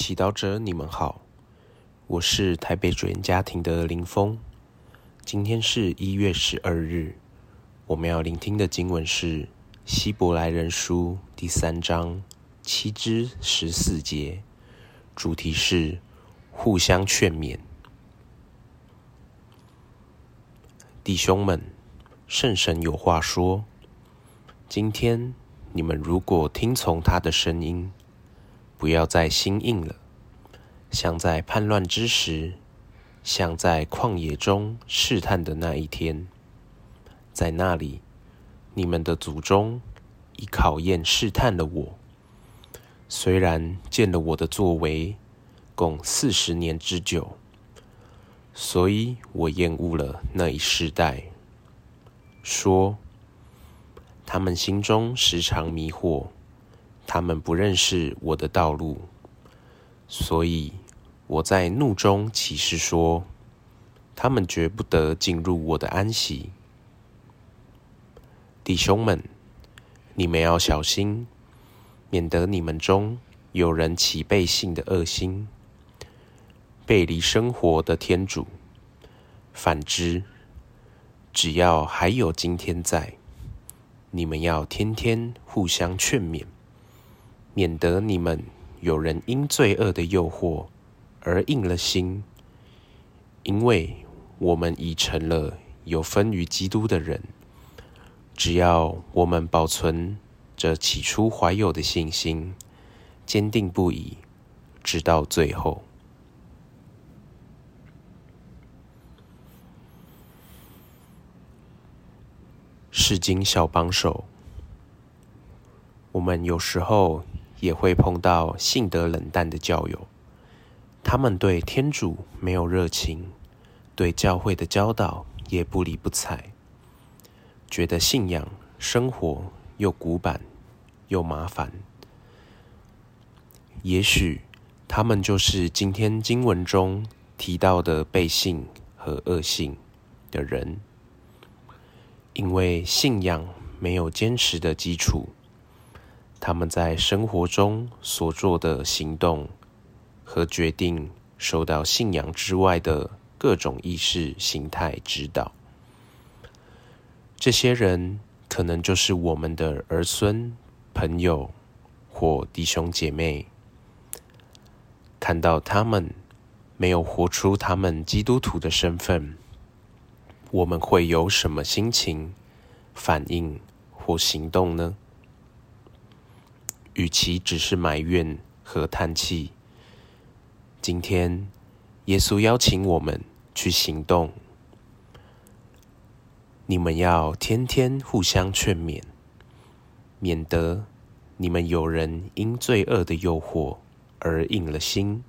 祈祷者，你们好，我是台北主言家庭的林峰。今天是1月12日，我们要聆听的经文是希伯来人书第3章7至14节，主题是互相劝勉。弟兄们，圣神有话说，今天你们如果听从他的声音，不要再心硬了，像在叛乱之时，像在旷野中试探的那一天。在那里，你们的祖宗以考验试探了我，虽然见了我的作为，共40年之久，所以我厌恶了那一世代，说他们心中时常迷惑，他们不认识我的道路，所以我在怒中起誓说，他们绝不得进入我的安息。弟兄们，你们要小心，免得你们中有人起背信的恶心，背离生活的天主。反之，只要还有今天在，你们要天天互相劝勉，免得你们有人因罪恶的诱惑而硬了心。因为我们已成了有分于基督的人，只要我们保存着起初怀有的信心，坚定不移，直到最后。释经小帮手，我们有时候也会碰到性德冷淡的教友，他们对天主没有热情，对教会的教导也不理不睬，觉得信仰生活又古板又麻烦。也许他们就是今天经文中提到的背信和恶信的人，因为信仰没有坚实的基础，他们在生活中所做的行动和决定受到信仰之外的各种意识形态指导。这些人可能就是我们的儿孙、朋友或弟兄姐妹。看到他们没有活出他们基督徒的身份，我们会有什么心情、反应或行动呢？与其只是埋怨和叹气，今天耶稣邀请我们去行动。你们要天天互相劝勉，免得你们有人因罪恶的诱惑而硬了心。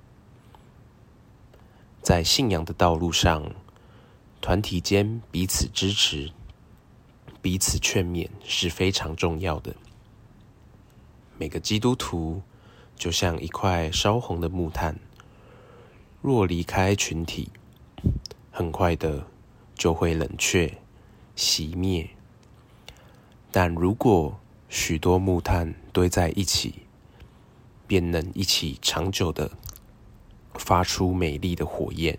在信仰的道路上，团体间彼此支持、彼此劝勉是非常重要的。每个基督徒就像一块烧红的木炭，若离开群体，很快的就会冷却、熄灭。但如果许多木炭堆在一起，便能一起长久的发出美丽的火焰。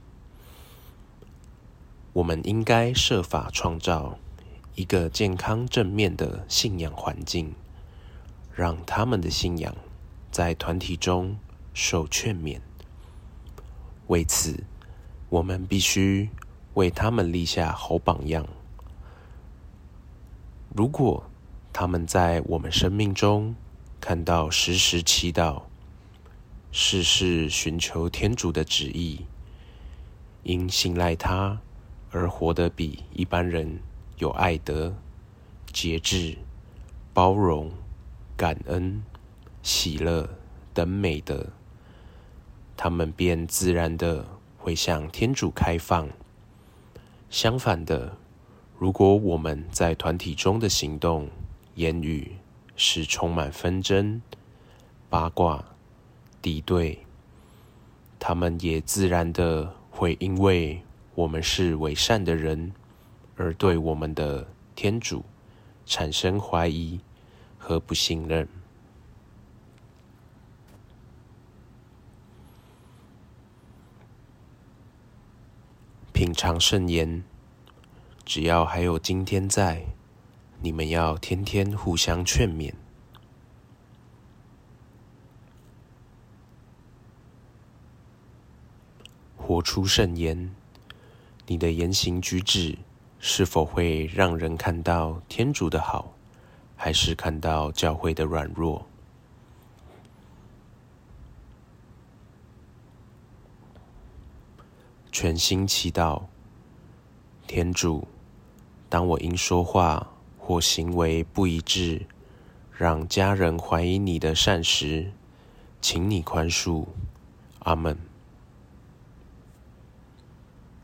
我们应该设法创造一个健康正面的信仰环境，让他们的信仰在团体中受劝勉。为此，我们必须为他们立下好榜样。如果他们在我们生命中看到时时祈祷，事事寻求天主的旨意，因信赖他而活得比一般人有爱德、节制、包容、感恩、喜乐等美德，他们便自然的会向天主开放。相反的，如果我们在团体中的行动、言语是充满纷争、八卦、敌对，他们也自然的会因为我们是伪善的人，而对我们的天主产生怀疑和不信任。 品尝圣言，只要还有今天在，你们要天天互相劝勉。活出圣言，你的言行举止是否会让人看到天主的好，还是看到教会的软弱？全心祈祷，天主，当我因说话或行为不一致，让家人怀疑你的善时，请你宽恕。阿们。